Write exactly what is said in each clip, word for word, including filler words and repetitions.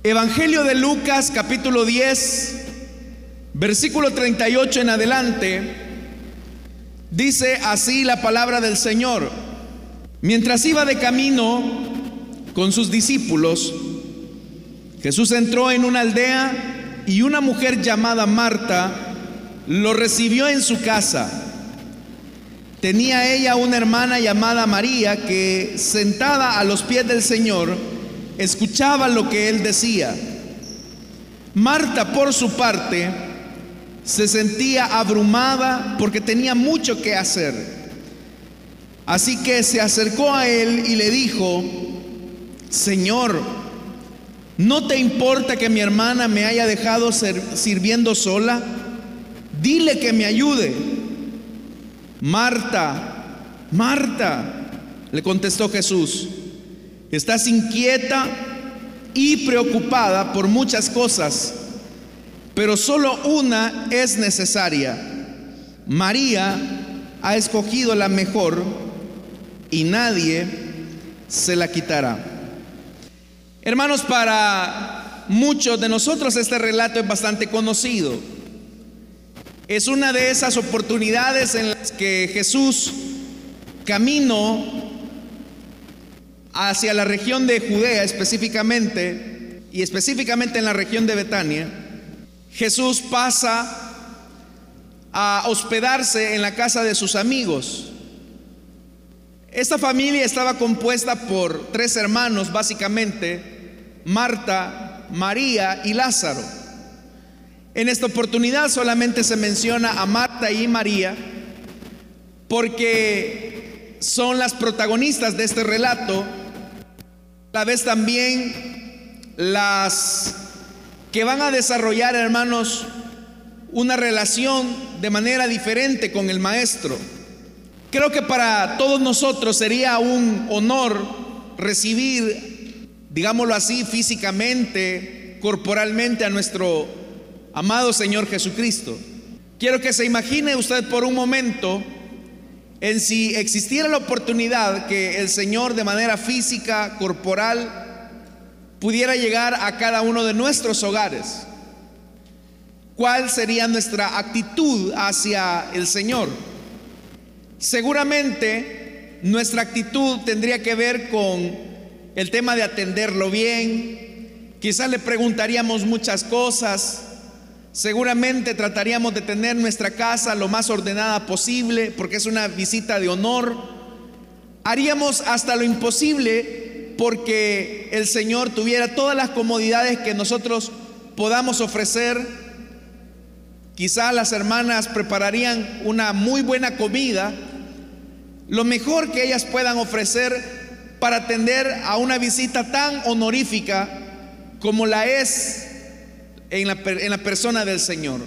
Evangelio de Lucas, capítulo diez, versículo treinta y ocho en adelante, dice así la palabra del Señor. Mientras iba de camino con sus discípulos, Jesús entró en una aldea y una mujer llamada Marta lo recibió en su casa. Tenía ella una hermana llamada María que, sentada a los pies del Señor, escuchaba lo que él decía. Marta, por su parte, se sentía abrumada porque tenía mucho que hacer. Así que se acercó a él y le dijo: Señor, ¿no te importa que mi hermana me haya dejado sirviendo sola? Dile que me ayude. Marta, Marta, le contestó Jesús, estás inquieta y preocupada por muchas cosas, pero solo una es necesaria. María ha escogido la mejor y nadie se la quitará. Hermanos, para muchos de nosotros este relato es bastante conocido. Es una de esas oportunidades en las que Jesús, camino hacia la región de Judea específicamente, y específicamente en la región de Betania, Jesús pasa a hospedarse en la casa de sus amigos. Esta familia estaba compuesta por tres hermanos, básicamente: Marta, María y Lázaro. En esta oportunidad solamente se menciona a Marta y María porque son las protagonistas de este relato, a la vez también las que van a desarrollar, hermanos, una relación de manera diferente con el Maestro. Creo que para todos nosotros sería un honor recibir, digámoslo así, físicamente, corporalmente a nuestro amado Señor Jesucristo. Quiero que se imagine usted por un momento en si existiera la oportunidad que el Señor de manera física, corporal, pudiera llegar a cada uno de nuestros hogares. ¿Cuál sería nuestra actitud hacia el Señor? Seguramente nuestra actitud tendría que ver con el tema de atenderlo bien. Quizás le preguntaríamos muchas cosas. Seguramente trataríamos de tener nuestra casa lo más ordenada posible porque es una visita de honor. Haríamos hasta lo imposible porque el Señor tuviera todas las comodidades que nosotros podamos ofrecer. Quizás las hermanas prepararían una muy buena comida, lo mejor que ellas puedan ofrecer para atender a una visita tan honorífica como la es en la, en la persona del Señor.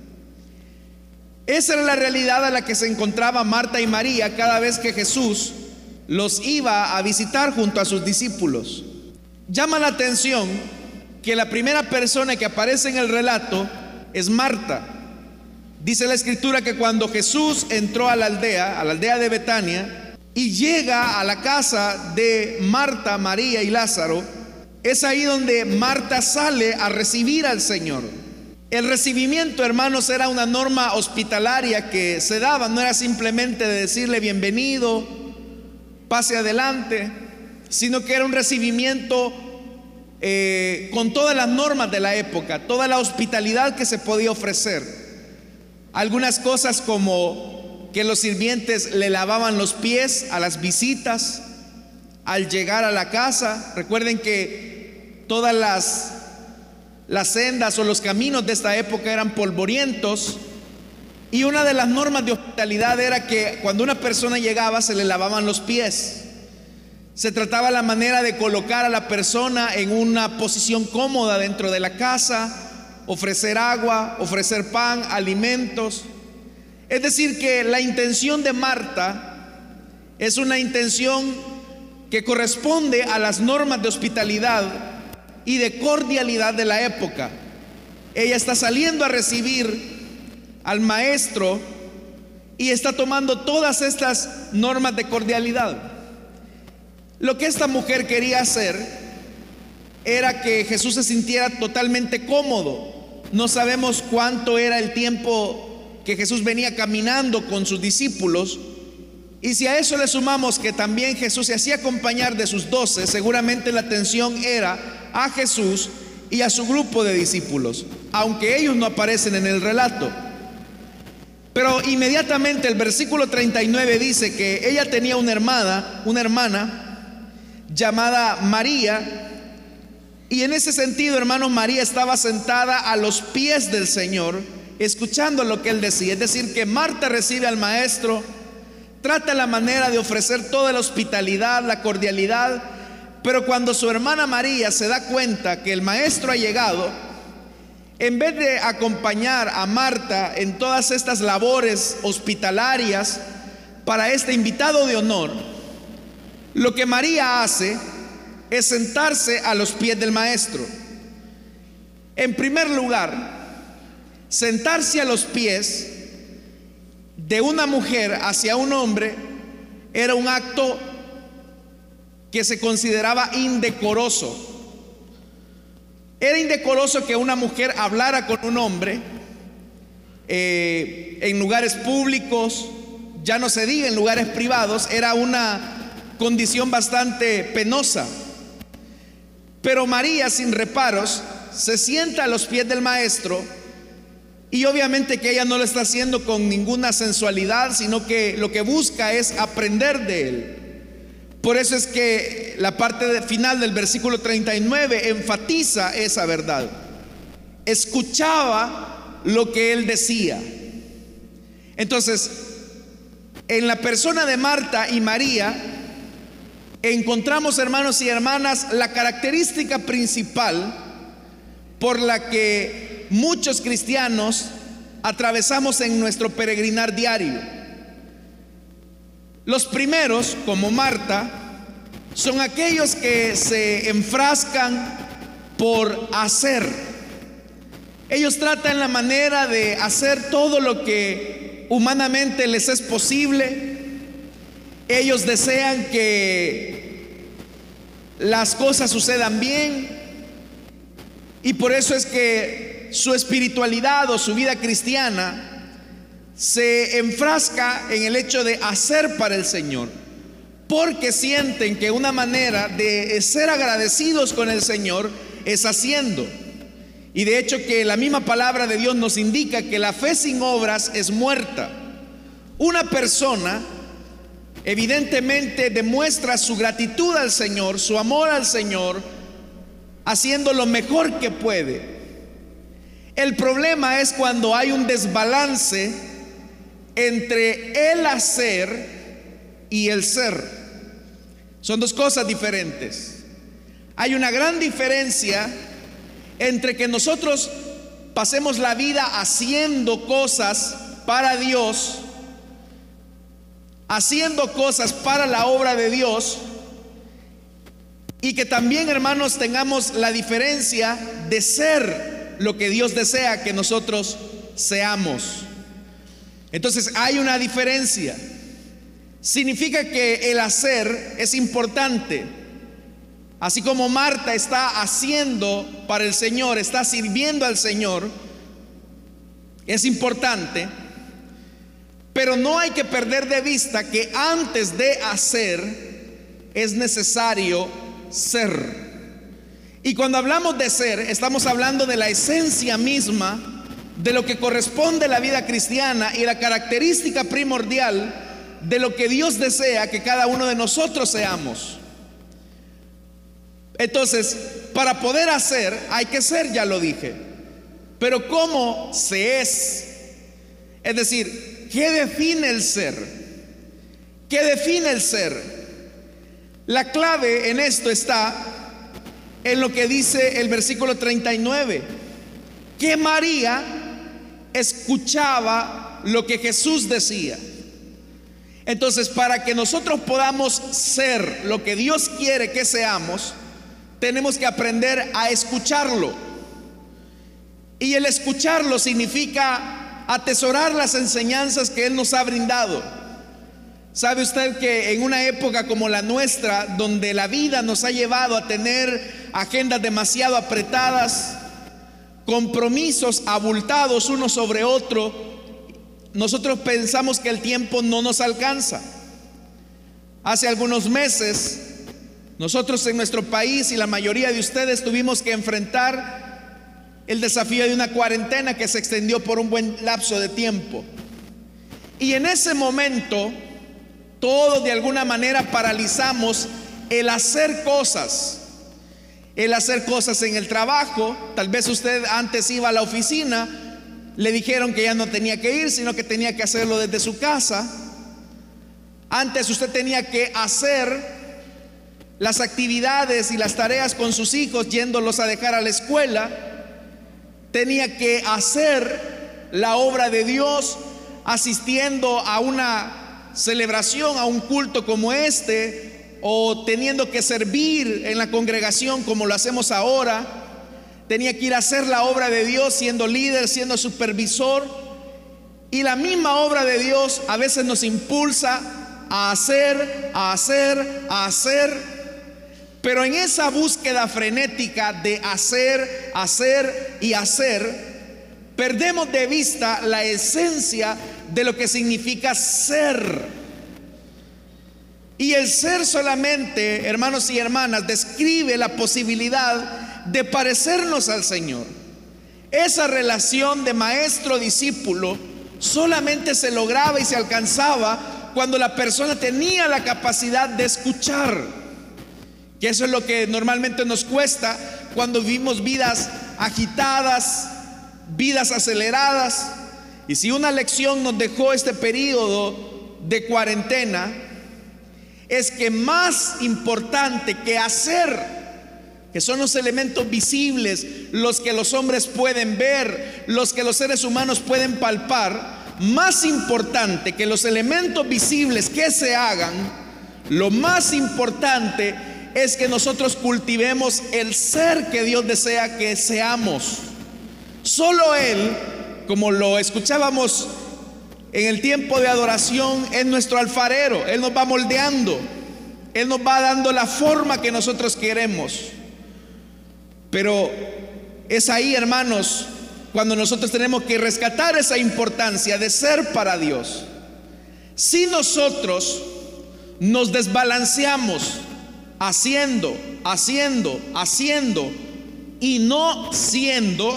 Esa era la realidad a la que se encontraba Marta y María cada vez que Jesús los iba a visitar junto a sus discípulos. Llama la atención que la primera persona que aparece en el relato es Marta. Dice la Escritura que cuando Jesús entró a la aldea, a la aldea de Betania, y llega a la casa de Marta, María y Lázaro, es ahí donde Marta sale a recibir al Señor. El recibimiento, hermanos, era una norma hospitalaria que se daba, no era simplemente de decirle bienvenido, pase adelante, sino que era un recibimiento eh, con todas las normas de la época, toda la hospitalidad que se podía ofrecer. Algunas cosas como que los sirvientes le lavaban los pies a las visitas al llegar a la casa. Recuerden que todas las, las sendas o los caminos de esta época eran polvorientos, y una de las normas de hospitalidad era que cuando una persona llegaba se le lavaban los pies. Se trataba la manera de colocar a la persona en una posición cómoda dentro de la casa, ofrecer agua, ofrecer pan, alimentos. Es decir, que la intención de Marta es una intención que corresponde a las normas de hospitalidad y de cordialidad de la época. Ella está saliendo a recibir al Maestro y está tomando todas estas normas de cordialidad. Lo que esta mujer quería hacer era que Jesús se sintiera totalmente cómodo. No sabemos cuánto era el tiempo que Jesús venía caminando con sus discípulos, y si a eso le sumamos que también Jesús se hacía acompañar de sus doce, seguramente la atención era a Jesús y a su grupo de discípulos, aunque ellos no aparecen en el relato. Pero inmediatamente el versículo treinta y nueve dice que ella tenía una hermana, una hermana llamada María, y en ese sentido, hermanos, María estaba sentada a los pies del Señor, escuchando lo que Él decía. Es decir, que Marta recibe al Maestro, trata la manera de ofrecer toda la hospitalidad, la cordialidad, pero cuando su hermana María se da cuenta que el Maestro ha llegado, en vez de acompañar a Marta en todas estas labores hospitalarias para este invitado de honor, lo que María hace es sentarse a los pies del Maestro. En primer lugar, sentarse a los pies de una mujer hacia un hombre era un acto que se consideraba indecoroso. Era indecoroso que una mujer hablara con un hombre eh, en lugares públicos, ya no se diga en lugares privados. Era una condición bastante penosa. Pero María, sin reparos, se sienta a los pies del Maestro, y obviamente que ella no lo está haciendo con ninguna sensualidad, sino que lo que busca es aprender de Él. Por eso es que la parte de, final del versículo treinta y nueve enfatiza esa verdad. Escuchaba lo que Él decía. Entonces, en la persona de Marta y María encontramos, hermanos y hermanas, la característica principal por la que muchos cristianos atravesamos en nuestro peregrinar diario. Los primeros, como Marta, son aquellos que se enfrascan por hacer. Ellos tratan la manera de hacer todo lo que humanamente les es posible. Ellos desean que las cosas sucedan bien, y por eso es que su espiritualidad o su vida cristiana se enfrasca en el hecho de hacer para el Señor, porque sienten que una manera de ser agradecidos con el Señor es haciendo. Y de hecho que la misma palabra de Dios nos indica que la fe sin obras es muerta. Una persona evidentemente demuestra su gratitud al Señor, su amor al Señor, haciendo lo mejor que puede. El problema es cuando hay un desbalance entre el hacer y el ser. Son dos cosas diferentes. Hay una gran diferencia entre que nosotros pasemos la vida haciendo cosas para Dios, haciendo cosas para la obra de Dios, y que también, hermanos, tengamos la diferencia de ser lo que Dios desea que nosotros seamos. Entonces hay una diferencia. Significa que el hacer es importante. Así como Marta está haciendo para el Señor, está sirviendo al Señor, es importante. Pero no hay que perder de vista que antes de hacer es necesario ser. Y cuando hablamos de ser, estamos hablando de la esencia misma de lo que corresponde a la vida cristiana y la característica primordial de lo que Dios desea que cada uno de nosotros seamos. Entonces, para poder hacer hay que ser, ya lo dije. Pero ¿cómo se es? Es decir, ¿qué define el ser? ¿Qué define el ser? La clave en esto está en lo que dice el versículo treinta y nueve, que María escuchaba lo que Jesús decía. Entonces, para que nosotros podamos ser lo que Dios quiere que seamos, tenemos que aprender a escucharlo. Y el escucharlo significa atesorar las enseñanzas que Él nos ha brindado. ¿Sabe usted que en una época como la nuestra, donde la vida nos ha llevado a tener agendas demasiado apretadas, compromisos abultados uno sobre otro, nosotros pensamos que el tiempo no nos alcanza. Hace algunos meses, nosotros en nuestro país y la mayoría de ustedes tuvimos que enfrentar el desafío de una cuarentena que se extendió por un buen lapso de tiempo. Y en ese momento, todos de alguna manera paralizamos el hacer cosas. El hacer cosas en el trabajo. Tal vez usted antes iba a la oficina, le dijeron que ya no tenía que ir, sino que tenía que hacerlo desde su casa. Antes usted tenía que hacer las actividades y las tareas con sus hijos yéndolos a dejar a la escuela. Tenía que hacer la obra de Dios asistiendo a una celebración, a un culto como este, o teniendo que servir en la congregación como lo hacemos ahora. Tenía que ir a hacer la obra de Dios siendo líder, siendo supervisor. Y la misma obra de Dios a veces nos impulsa a hacer, a hacer, a hacer. Pero en esa búsqueda frenética de hacer, hacer y hacer, perdemos de vista la esencia de lo que significa ser. Y el ser solamente, hermanos y hermanas, describe la posibilidad de parecernos al Señor. Esa relación de maestro-discípulo solamente se lograba y se alcanzaba cuando la persona tenía la capacidad de escuchar. Que eso es lo que normalmente nos cuesta cuando vivimos vidas agitadas, vidas aceleradas. Y si una lección nos dejó este periodo de cuarentena, es que más importante que hacer, que son los elementos visibles, los que los hombres pueden ver, los que los seres humanos pueden palpar, más importante que los elementos visibles que se hagan, lo más importante es que nosotros cultivemos el ser que Dios desea que seamos. Solo Él, como lo escuchábamos en el tiempo de adoración, es nuestro alfarero. Él nos va moldeando, Él nos va dando la forma que nosotros queremos. Pero es ahí, hermanos, cuando nosotros tenemos que rescatar esa importancia de ser para Dios. Si nosotros nos desbalanceamos haciendo, haciendo, haciendo y no siendo,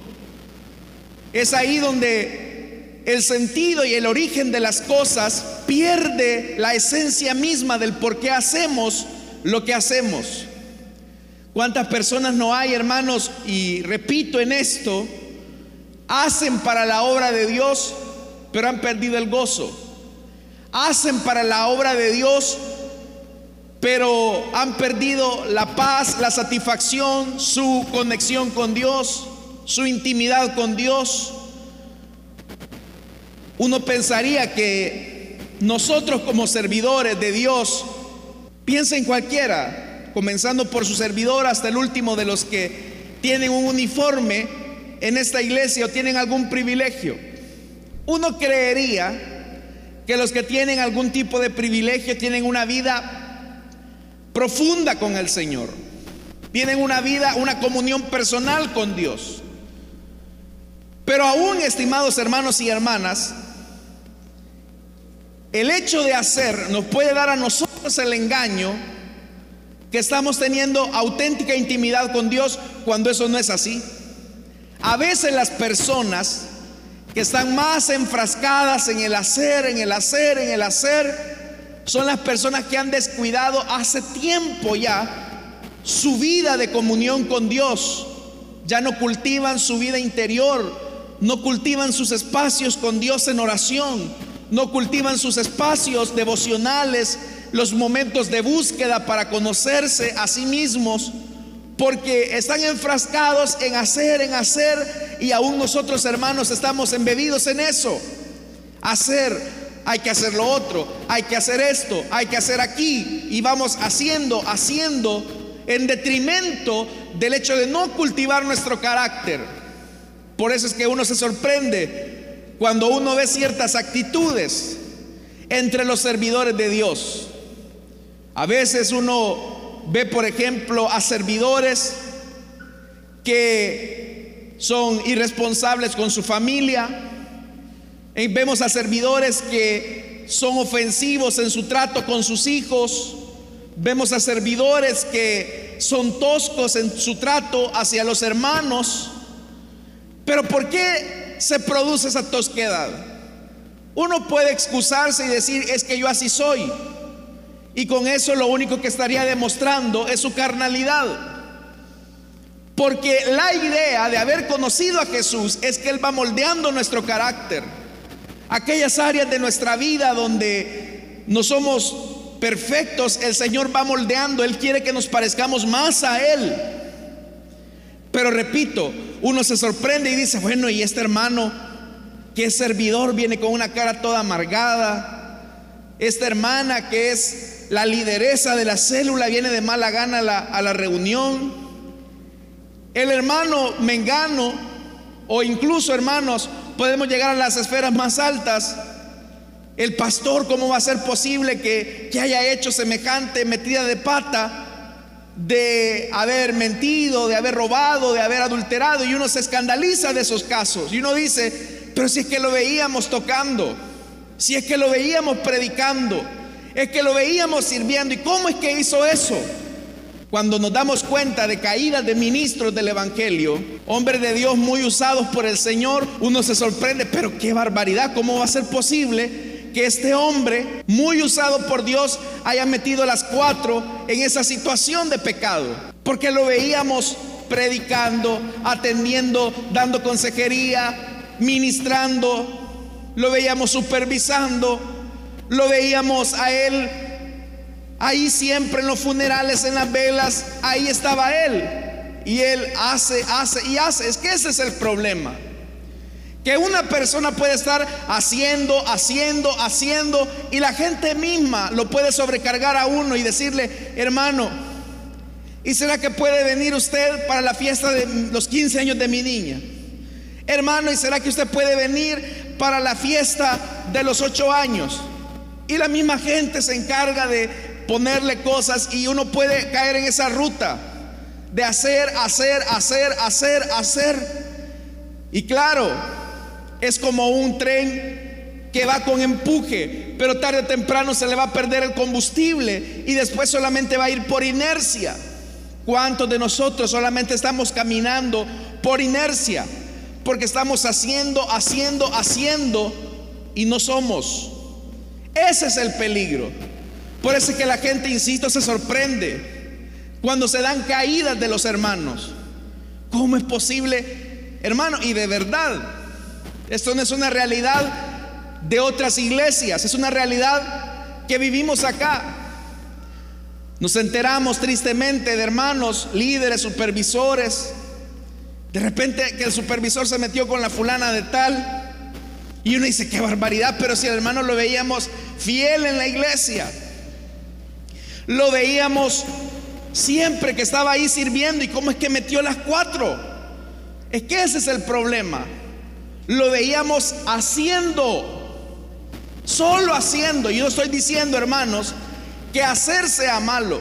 es ahí donde el sentido y el origen de las cosas pierde la esencia misma del por qué hacemos lo que hacemos. ¿Cuántas personas no hay, hermanos? Y repito en esto, hacen para la obra de Dios, pero han perdido el gozo. Hacen para la obra de Dios, pero han perdido la paz, la satisfacción, su conexión con Dios, su intimidad con Dios. Uno pensaría que nosotros como servidores de Dios, piensen cualquiera, comenzando por su servidor hasta el último de los que tienen un uniforme en esta iglesia o tienen algún privilegio, uno creería que los que tienen algún tipo de privilegio tienen una vida profunda con el Señor, tienen una vida, una comunión personal con Dios. Pero aún, estimados hermanos y hermanas, el hecho de hacer nos puede dar a nosotros el engaño que estamos teniendo auténtica intimidad con Dios, cuando eso no es así. A veces las personas que están más enfrascadas en el hacer, en el hacer, en el hacer, son las personas que han descuidado hace tiempo ya su vida de comunión con Dios. Ya no cultivan su vida interior, no cultivan sus espacios con Dios en oración, no cultivan sus espacios devocionales, los momentos de búsqueda para conocerse a sí mismos, porque están enfrascados en hacer, en hacer, y aún nosotros, hermanos, estamos embebidos en eso. Hacer, hay que hacer lo otro, hay que hacer esto, hay que hacer aquí, y vamos haciendo, haciendo, en detrimento del hecho de no cultivar nuestro carácter. Por eso es que uno se sorprende cuando uno ve ciertas actitudes entre los servidores de Dios. A veces uno ve, por ejemplo, a servidores que son irresponsables con su familia. Vemos a servidores que son ofensivos en su trato con sus hijos. Vemos a servidores que son toscos en su trato hacia los hermanos. Pero ¿por qué se produce esa tosquedad? Uno puede excusarse y decir: es que yo así soy, y con eso lo único que estaría demostrando es su carnalidad. Porque la idea de haber conocido a Jesús es que Él va moldeando nuestro carácter. Aquellas áreas de nuestra vida donde no somos perfectos, el Señor va moldeando. Él quiere que nos parezcamos más a Él. Pero repito, uno se sorprende y dice: bueno, y este hermano que es servidor viene con una cara toda amargada. Esta hermana que es la lideresa de la célula viene de mala gana a la, a la reunión. El hermano mengano, o incluso, hermanos, podemos llegar a las esferas más altas. El pastor, ¿cómo va a ser posible que, que haya hecho semejante metida de pata de haber mentido, de haber robado, de haber adulterado? Y uno se escandaliza de esos casos. Y uno dice: pero si es que lo veíamos tocando, si es que lo veíamos predicando, es que lo veíamos sirviendo. ¿Y cómo es que hizo eso? Cuando nos damos cuenta de caídas de ministros del evangelio, hombres de Dios muy usados por el Señor, uno se sorprende: pero qué barbaridad, ¿cómo va a ser posible que este hombre muy usado por Dios haya metido las cuatro en esa situación de pecado? Porque lo veíamos predicando, atendiendo, dando consejería, ministrando, lo veíamos supervisando, lo veíamos a él ahí siempre en los funerales, en las velas, ahí estaba él. Y él hace, hace y hace. Es que ese es el problema, que una persona puede estar haciendo, haciendo, haciendo, y la gente misma lo puede sobrecargar a uno y decirle: hermano, ¿y será que puede venir usted para la fiesta de los quince años de mi niña? Hermano, ¿y será que usted puede venir para la fiesta de los ocho años? Y la misma gente se encarga de ponerle cosas, y uno puede caer en esa ruta de hacer, hacer, hacer, hacer, hacer. Y claro, es como un tren que va con empuje, pero tarde o temprano se le va a perder el combustible y después solamente va a ir por inercia. ¿Cuántos de nosotros solamente estamos caminando por inercia? Porque estamos haciendo, haciendo, haciendo y no somos. Ese es el peligro. Por eso es que la gente, insisto, se sorprende cuando se dan caídas de los hermanos. ¿Cómo es posible, hermano? Y de verdad, esto no es una realidad de otras iglesias, es una realidad que vivimos acá. Nos enteramos tristemente de hermanos, líderes, supervisores, de repente que el supervisor se metió con la fulana de tal, y uno dice: qué barbaridad. Pero si el hermano lo veíamos fiel en la iglesia, lo veíamos siempre que estaba ahí sirviendo, y cómo es que metió las cuatro. Es que ese es el problema. Lo veíamos haciendo, solo haciendo. Y yo estoy diciendo, hermanos, que hacer sea malo.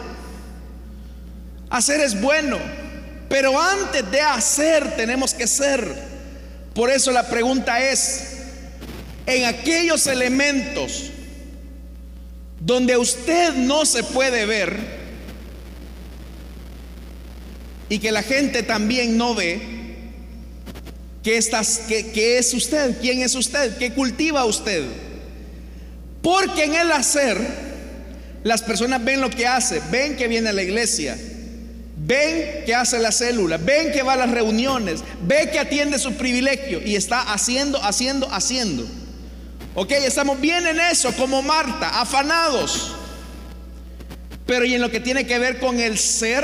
Hacer es bueno, pero antes de hacer tenemos que ser. Por eso la pregunta es: en aquellos elementos donde usted no se puede ver y que la gente también no ve, ¿qué, estás, qué, qué es usted? ¿Quién es usted? ¿Qué cultiva usted? Porque en el hacer las personas ven lo que hace, ven que viene a la iglesia, ven que hace la célula, ven que va a las reuniones, ven que atiende su privilegio y está haciendo, haciendo, haciendo. Ok, estamos bien en eso, como Marta, afanados. Pero ¿y en lo que tiene que ver con el ser?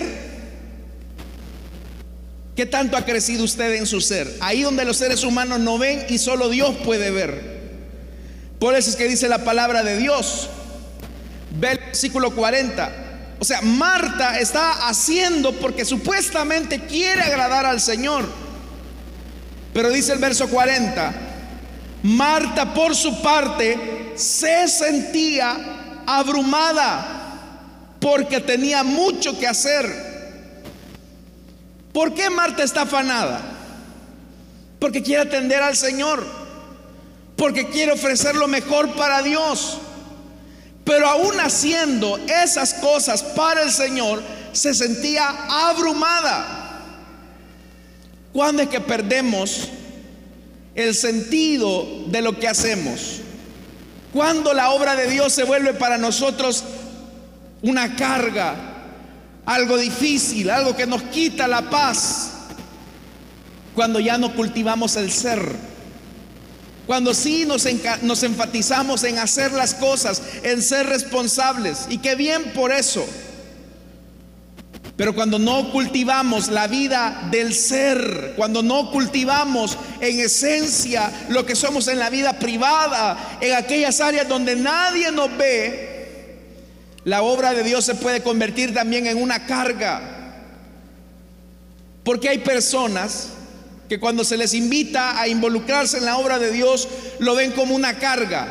¿Qué tanto ha crecido usted en su ser? Ahí donde los seres humanos no ven y solo Dios puede ver. Por eso es que dice la palabra de Dios, ve el versículo cuarenta. O sea, Marta está haciendo porque supuestamente quiere agradar al Señor. Pero dice el verso cuarenta: Marta, por su parte, se sentía abrumada. porque tenía mucho que hacer. ¿Por qué Marta está afanada? Porque quiere atender al Señor, porque quiere ofrecer lo mejor para Dios. Pero aún haciendo esas cosas para el Señor, se sentía abrumada. ¿Cuándo es que perdemos el sentido de lo que hacemos? Cuando la obra de Dios se vuelve para nosotros una carga, algo difícil, algo que nos quita la paz. Cuando ya no cultivamos el ser. Cuando sí nos, nos enfatizamos en hacer las cosas, en ser responsables, y qué bien por eso. Pero cuando no cultivamos la vida del ser, cuando no cultivamos en esencia lo que somos en la vida privada, en aquellas áreas donde nadie nos ve, la obra de Dios se puede convertir también en una carga. Porque hay personas que cuando se les invita a involucrarse en la obra de Dios, lo ven como una carga.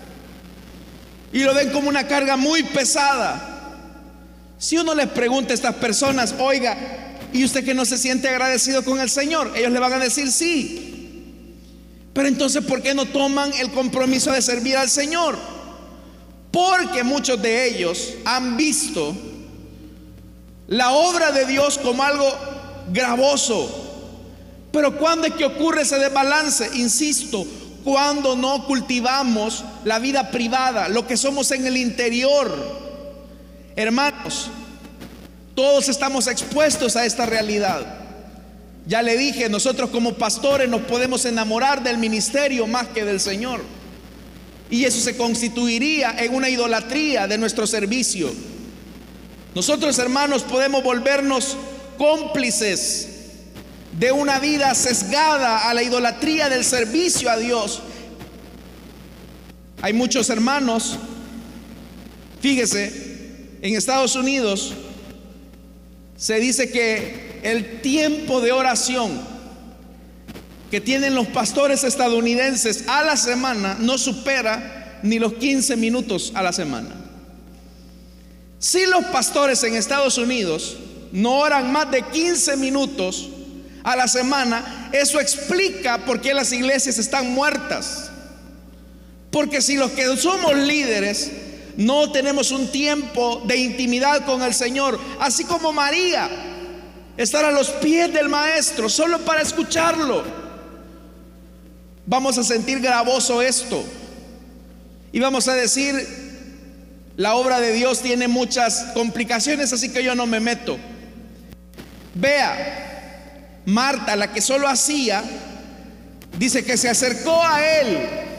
Y lo ven como una carga muy pesada. Si uno les pregunta a estas personas, oiga, ¿y usted que no se siente agradecido con el Señor? Ellos le van a decir sí. Pero entonces, ¿por qué no toman el compromiso de servir al Señor? Porque muchos de ellos han visto la obra de Dios como algo gravoso. Pero ¿cuándo es que ocurre ese desbalance? Insisto, cuando no cultivamos la vida privada, lo que somos en el interior. Hermanos, todos estamos expuestos a esta realidad. Ya le dije, nosotros como pastores nos podemos enamorar del ministerio más que del Señor, y eso se constituiría en una idolatría de nuestro servicio. Nosotros, hermanos, podemos volvernos cómplices de una vida sesgada a la idolatría del servicio a Dios. Hay muchos hermanos, fíjese, en Estados Unidos se dice que el tiempo de oración que tienen los pastores estadounidenses a la semana no supera ni los quince minutos a la semana. Si los pastores en Estados Unidos no oran más de quince minutos a la semana, eso explica por qué las iglesias están muertas. Porque si los que somos líderes no tenemos un tiempo de intimidad con el Señor, así como María, estar a los pies del Maestro solo para escucharlo, vamos a sentir gravoso esto y vamos a decir, la obra de Dios tiene muchas complicaciones, así que yo no me meto. Vea, Marta, la que solo hacía, dice que se acercó a él,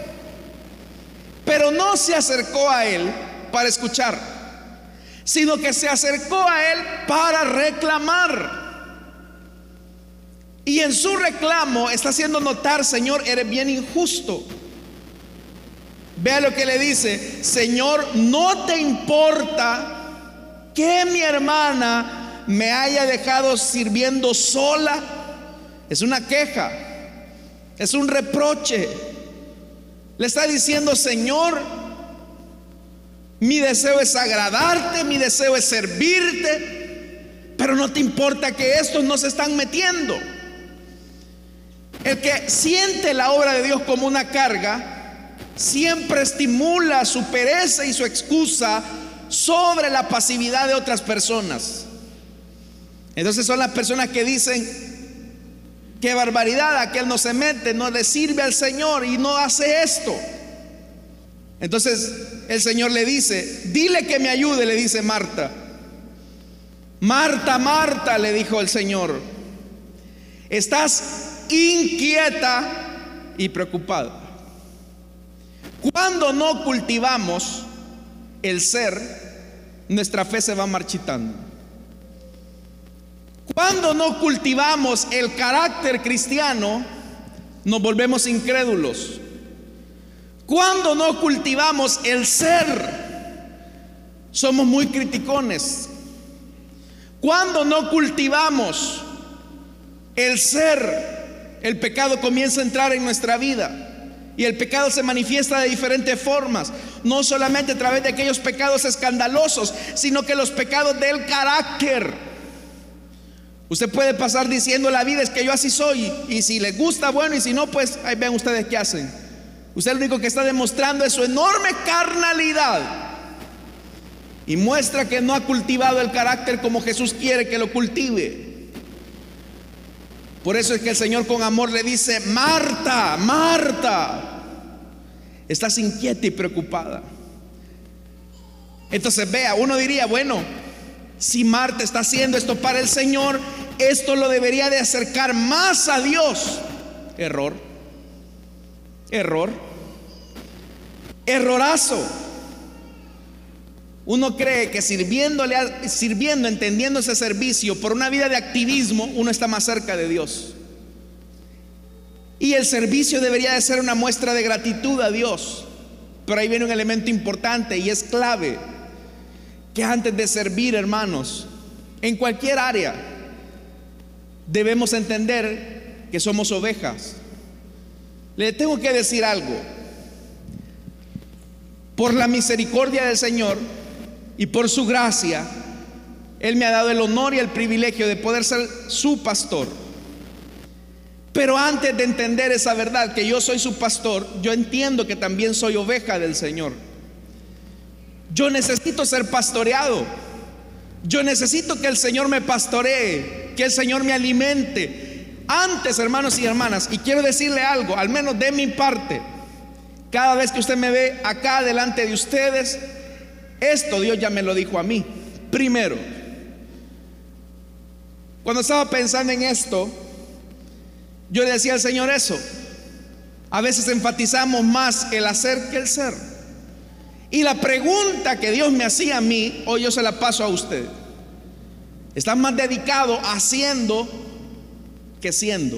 pero no se acercó a él para escuchar, sino que se acercó a él para reclamar. Y en su reclamo está haciendo notar, Señor, eres bien injusto. Vea lo que le dice: Señor, ¿no te importa que mi hermana me haya dejado sirviendo sola? Es una queja, es un reproche. Le está diciendo: Señor, mi deseo es agradarte, mi deseo es servirte, pero no te importa que estos no se están metiendo. El que siente la obra de Dios como una carga siempre estimula su pereza y su excusa sobre la pasividad de otras personas. Entonces son las personas que dicen: qué barbaridad, aquel no se mete, no le sirve al Señor y no hace esto. Entonces el Señor le dice: dile que me ayude, le dice Marta. Marta, Marta, le dijo el Señor, estás inquieta y preocupada. Cuando no cultivamos el ser, nuestra fe se va marchitando. Cuando no cultivamos el carácter cristiano, nos volvemos incrédulos. Cuando no cultivamos el ser, somos muy criticones. Cuando no cultivamos el ser, el pecado comienza a entrar en nuestra vida. Y el pecado se manifiesta de diferentes formas, no solamente a través de aquellos pecados escandalosos, sino que los pecados del carácter. Usted puede pasar diciendo la vida es que yo así soy, y si les gusta, bueno, y si no, pues ahí ven ustedes qué hacen. Usted lo único que está demostrando es su enorme carnalidad, y muestra que no ha cultivado el carácter como Jesús quiere que lo cultive. Por eso es que el Señor con amor le dice: Marta, Marta, estás inquieta y preocupada. Entonces vea, uno diría, bueno, si Marta está haciendo esto para el Señor, esto lo debería de acercar más a Dios. Error, error, errorazo. Uno cree que sirviéndole, a, sirviendo, entendiendo ese servicio por una vida de activismo, uno está más cerca de Dios. Y el servicio debería de ser una muestra de gratitud a Dios. Pero ahí viene un elemento importante y es clave, que antes de servir, hermanos, en cualquier área, debemos entender que somos ovejas. Le tengo que decir algo. Por la misericordia del Señor y por su gracia, Él me ha dado el honor y el privilegio de poder ser su pastor. Pero antes de entender esa verdad, que yo soy su pastor, yo entiendo que también soy oveja del Señor. Yo necesito ser pastoreado. Yo necesito que el Señor me pastoree, que el Señor me alimente. Antes, hermanos y hermanas, y quiero decirle algo, al menos de mi parte, cada vez que usted me ve acá delante de ustedes, esto Dios ya me lo dijo a mí. Primero, cuando estaba pensando en esto, yo le decía al Señor eso. A veces enfatizamos más el hacer que el ser. Y la pregunta que Dios me hacía a mí, hoy yo se la paso a usted. ¿Estás más dedicado haciendo que siendo?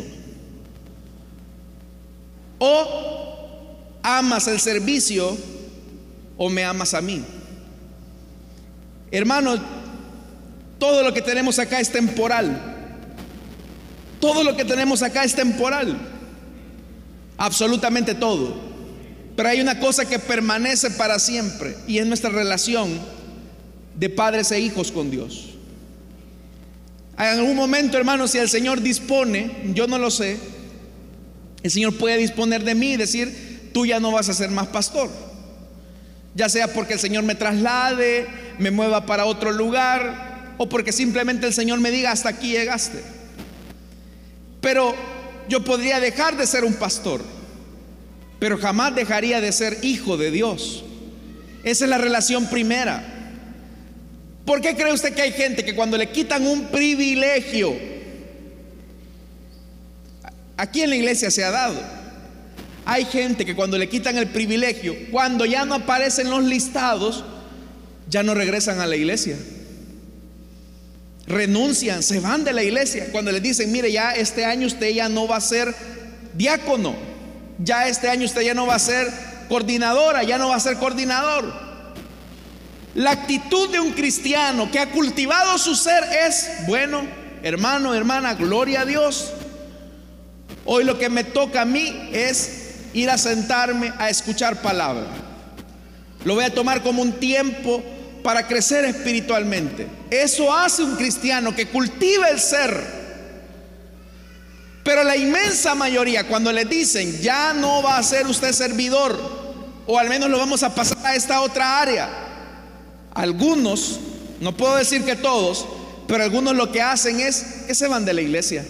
¿O amas el servicio o me amas a mí? Hermanos, todo lo que tenemos acá es temporal. Todo lo que tenemos acá es temporal. Absolutamente todo. Pero hay una cosa que permanece para siempre, y es nuestra relación de padres e hijos con Dios. En algún momento, hermanos, si el Señor dispone, yo no lo sé, el Señor puede disponer de mí y decir: tú ya no vas a ser más pastor. Ya sea porque el Señor me traslade, me mueva para otro lugar, o porque simplemente el Señor me diga: hasta aquí llegaste. Pero yo podría dejar de ser un pastor, pero jamás dejaría de ser hijo de Dios. Esa es la relación primera. ¿Por qué cree usted que hay gente que cuando le quitan un privilegio, aquí en la iglesia se ha dado, hay gente que cuando le quitan el privilegio, cuando ya no aparecen los listados, ya no regresan a la iglesia? Renuncian, se van de la iglesia cuando les dicen: mire, ya este año usted ya no va a ser diácono, ya este año usted ya no va a ser coordinadora, ya no va a ser coordinador. La actitud de un cristiano que ha cultivado su ser es: bueno, hermano, hermana, gloria a Dios, hoy lo que me toca a mí es ir a sentarme a escuchar palabra. Lo voy a tomar como un tiempo para crecer espiritualmente. Eso hace un cristiano que cultiva el ser. Pero la inmensa mayoría, cuando le dicen: ya no va a ser usted servidor, o al menos lo vamos a pasar a esta otra área, algunos, no puedo decir que todos, pero algunos lo que hacen es que se van de la iglesia.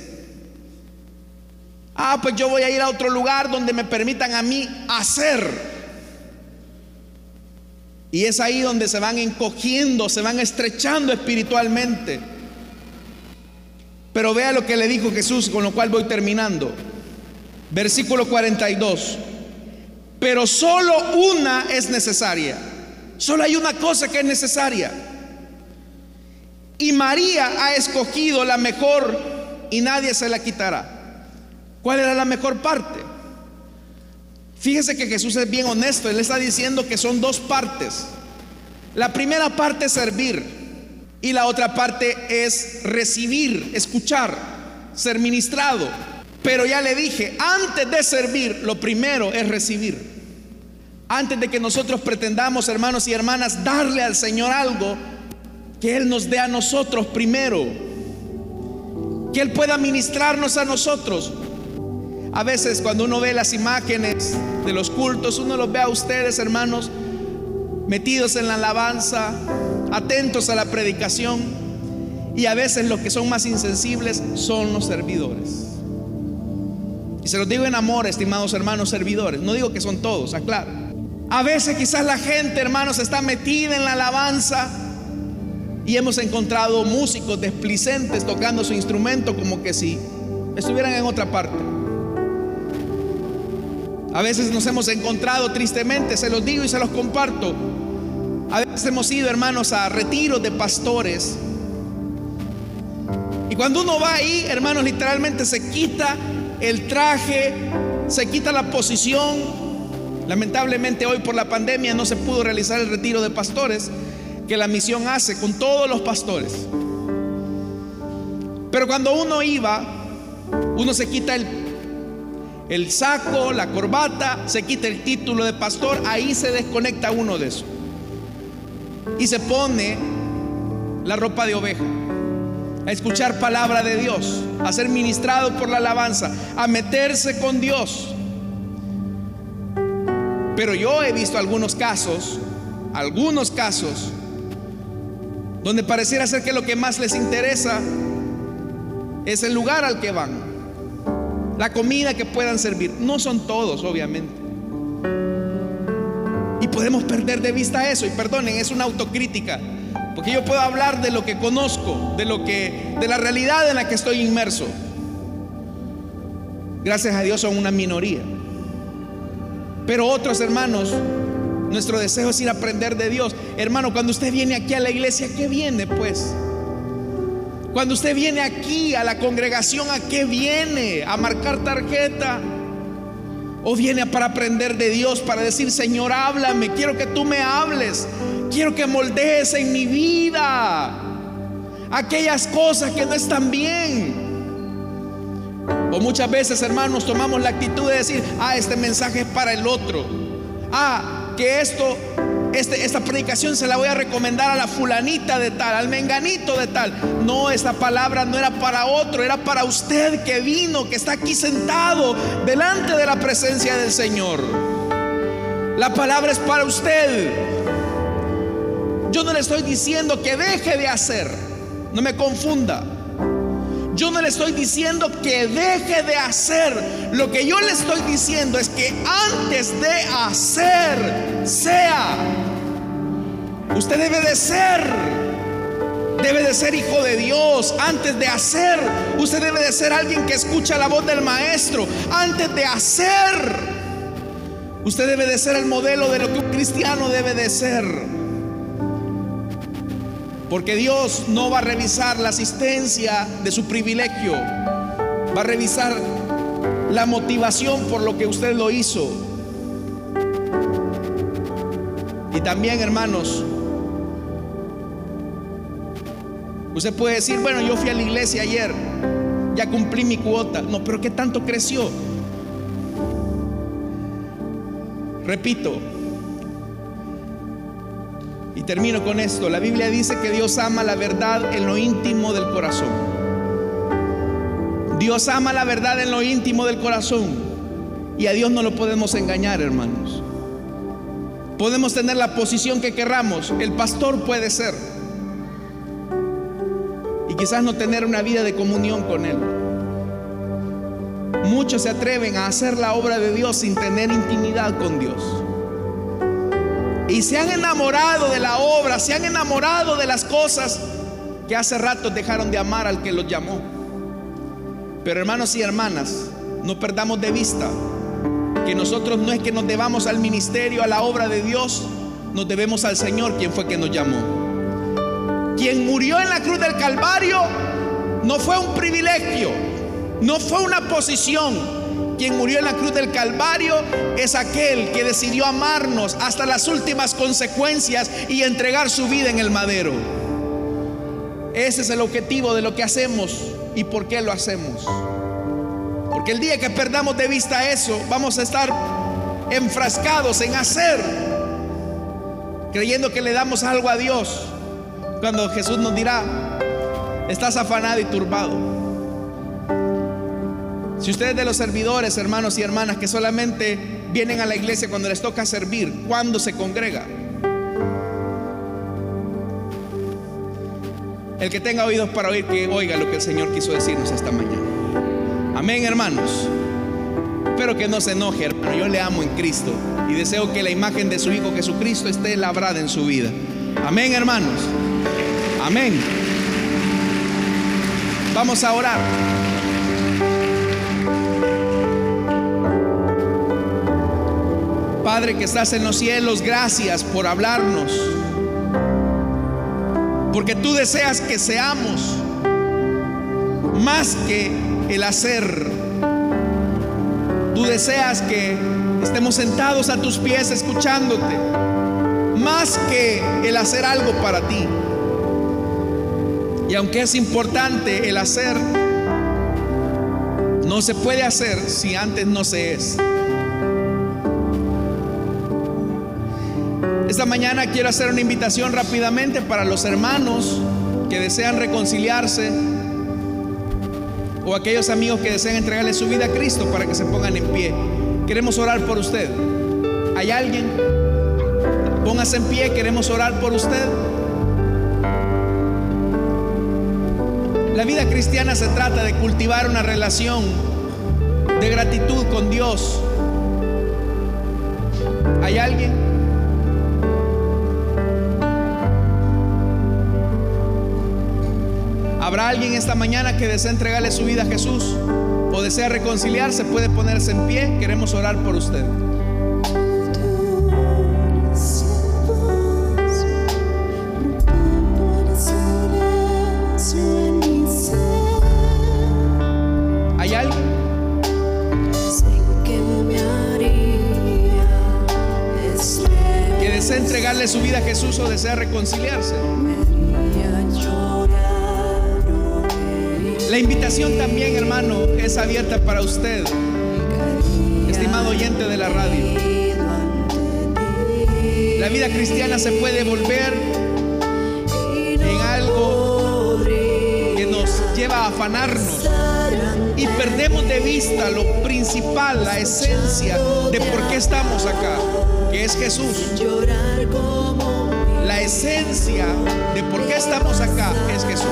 Ah, pues yo voy a ir a otro lugar donde me permitan a mí hacer. Y es ahí donde se van encogiendo, se van estrechando espiritualmente. Pero vea lo que le dijo Jesús, con lo cual voy terminando. Versículo cuarenta y dos. Pero solo una es necesaria. Solo hay una cosa que es necesaria. Y María ha escogido la mejor, y nadie se la quitará. ¿Cuál era la mejor parte? Fíjese que Jesús es bien honesto. Él está diciendo que son dos partes. La primera parte es servir, y la otra parte es recibir, escuchar, ser ministrado. Pero ya le dije, antes de servir, lo primero es recibir. Antes de que nosotros pretendamos, hermanos y hermanas, darle al Señor algo, que Él nos dé a nosotros primero, que Él pueda ministrarnos a nosotros. A veces cuando uno ve las imágenes de los cultos, uno los ve a ustedes, hermanos, metidos en la alabanza, atentos a la predicación, y a veces los que son más insensibles son los servidores. Y se los digo en amor, estimados hermanos servidores, no digo que son todos, aclaro. A veces quizás la gente, hermanos, está metida en la alabanza y hemos encontrado músicos desplicentes tocando su instrumento como que si estuvieran en otra parte. A veces nos hemos encontrado tristemente, se los digo y se los comparto. A veces hemos ido, hermanos, a retiros de pastores, y cuando uno va ahí, hermanos, literalmente se quita el traje, se quita la posición. Lamentablemente hoy por la pandemia no se pudo realizar el retiro de pastores que la misión hace con todos los pastores. Pero cuando uno iba, uno se quita el, el saco, la corbata, se quita el título de pastor, ahí se desconecta uno de eso y se pone la ropa de oveja, a escuchar palabra de Dios, a ser ministrado por la alabanza, a meterse con Dios. Pero yo he visto algunos casos, algunos casos, donde pareciera ser que lo que más les interesa es el lugar al que van, la comida que puedan servir. No son todos, obviamente. Y podemos perder de vista eso. Y perdonen, es una autocrítica, porque yo puedo hablar de lo que conozco, de lo que, de la realidad en la que estoy inmerso. Gracias a Dios son una minoría. Pero otros, hermanos, nuestro deseo es ir a aprender de Dios. Hermano, cuando usted viene aquí a la iglesia, ¿a qué viene pues? Cuando usted viene aquí a la congregación, ¿a qué viene? ¿A marcar tarjeta? ¿O viene para aprender de Dios, para decir: Señor, háblame, quiero que tú me hables, quiero que moldees en mi vida aquellas cosas que no están bien? O muchas veces, hermanos, tomamos la actitud de decir: ah, este mensaje es para el otro. Ah, que esto, este, esta predicación se la voy a recomendar a la fulanita de tal, al menganito de tal. No, esta palabra no era para otro, era para usted que vino, que está aquí sentado delante de la presencia del Señor. La palabra es para usted. Yo no le estoy diciendo que deje de hacer, no me confunda. Yo no le estoy diciendo que deje de hacer. Lo que yo le estoy diciendo es que antes de hacer, sea. Usted debe de ser. Debe de ser hijo de Dios. Antes de hacer, usted debe de ser alguien que escucha la voz del maestro. Antes de hacer, usted debe de ser el modelo de lo que un cristiano debe de ser. Porque Dios no va a revisar la asistencia de su privilegio, va a revisar la motivación por lo que usted lo hizo. Y también, hermanos, usted puede decir: bueno, yo fui a la iglesia ayer, ya cumplí mi cuota. No, pero ¿qué tanto creció? Repito, y termino con esto. La Biblia dice que Dios ama la verdad en lo íntimo del corazón. Dios ama la verdad en lo íntimo del corazón. Y a Dios no lo podemos engañar, hermanos. Podemos tener la posición que querramos. El pastor puede ser, y quizás no tener una vida de comunión con Él. Muchos se atreven a hacer la obra de Dios sin tener intimidad con Dios. Y se han enamorado de la obra, se han enamorado de las cosas que hace rato dejaron de amar al que los llamó. Pero hermanos y hermanas, no perdamos de vista que nosotros no es que nos debamos al ministerio, a la obra de Dios, nos debemos al Señor, quien fue que nos llamó. Quien murió en la cruz del Calvario no fue un privilegio, no fue una posición. Quien murió en la cruz del Calvario es aquel que decidió amarnos hasta las últimas consecuencias y entregar su vida en el madero. Ese es el objetivo de lo que hacemos. ¿Y por qué lo hacemos? Porque el día que perdamos de vista eso, vamos a estar enfrascados en hacer, creyendo que le damos algo a Dios, cuando Jesús nos dirá: estás afanado y turbado. Si ustedes de los servidores, hermanos y hermanas, que solamente vienen a la iglesia cuando les toca servir, ¿cuándo se congrega? El que tenga oídos para oír, que oiga lo que el Señor quiso decirnos esta mañana. Amén, hermanos. Espero que no se enoje, hermano. Yo le amo en Cristo y deseo que la imagen de su Hijo Jesucristo esté labrada en su vida. Amén, hermanos. Amén. Vamos a orar. Padre que estás en los cielos, gracias por hablarnos, porque tú deseas que seamos más que el hacer. Tú deseas que estemos sentados a tus pies escuchándote, más que el hacer algo para ti. Y aunque es importante el hacer, no se puede hacer si antes no se es. Esta mañana quiero hacer una invitación rápidamente para los hermanos que desean reconciliarse, o aquellos amigos que desean entregarle su vida a Cristo, para que se pongan en pie. Queremos orar por usted. ¿Hay alguien? Póngase en pie, queremos orar por usted. La vida cristiana se trata de cultivar una relación de gratitud con Dios. ¿Hay alguien? ¿Habrá alguien esta mañana que desea entregarle su vida a Jesús o desea reconciliarse? Puede ponerse en pie, queremos orar por usted. ¿Hay alguien? Que desea entregarle su vida a Jesús o desea reconciliarse. La invitación también, hermano, es abierta para usted, estimado oyente de la radio. La vida cristiana se puede volver en algo que nos lleva a afanarnos y perdemos de vista lo principal, la esencia de por qué estamos acá, que es Jesús. La esencia de por qué estamos acá es Jesús.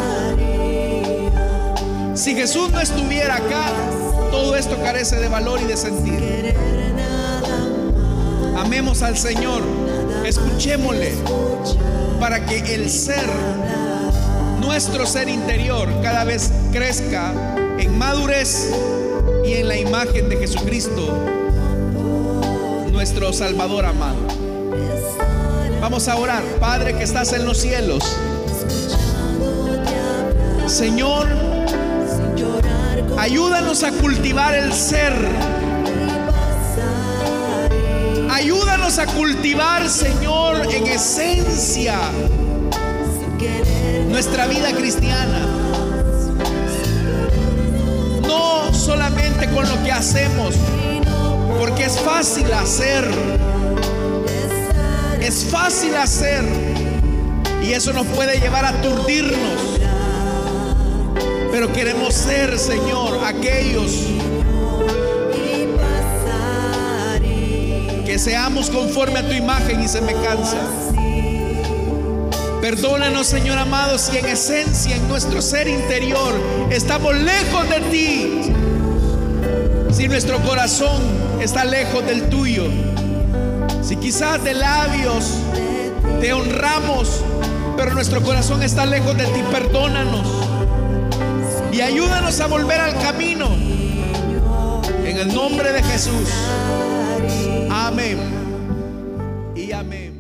Si Jesús no estuviera acá, todo esto carece de valor y de sentido. Amemos al Señor, escuchémosle, para que el ser, nuestro ser interior, cada vez crezca en madurez y en la imagen de Jesucristo, nuestro Salvador amado. Vamos a orar. Padre que estás en los cielos, Señor, ayúdanos a cultivar el ser. Ayúdanos a cultivar, Señor, en esencia nuestra vida cristiana. No solamente con lo que hacemos, porque es fácil hacer. Es fácil hacer y eso nos puede llevar a aturdirnos. Pero queremos ser, Señor, aquellos que seamos conforme a tu imagen y semejanza. Perdónanos, Señor amado, si en esencia, en nuestro ser interior, estamos lejos de ti. Si nuestro corazón está lejos del tuyo. Si quizás de labios te honramos, pero nuestro corazón está lejos de ti, perdónanos. Y ayúdanos a volver al camino. En el nombre de Jesús. Amén. Y amén.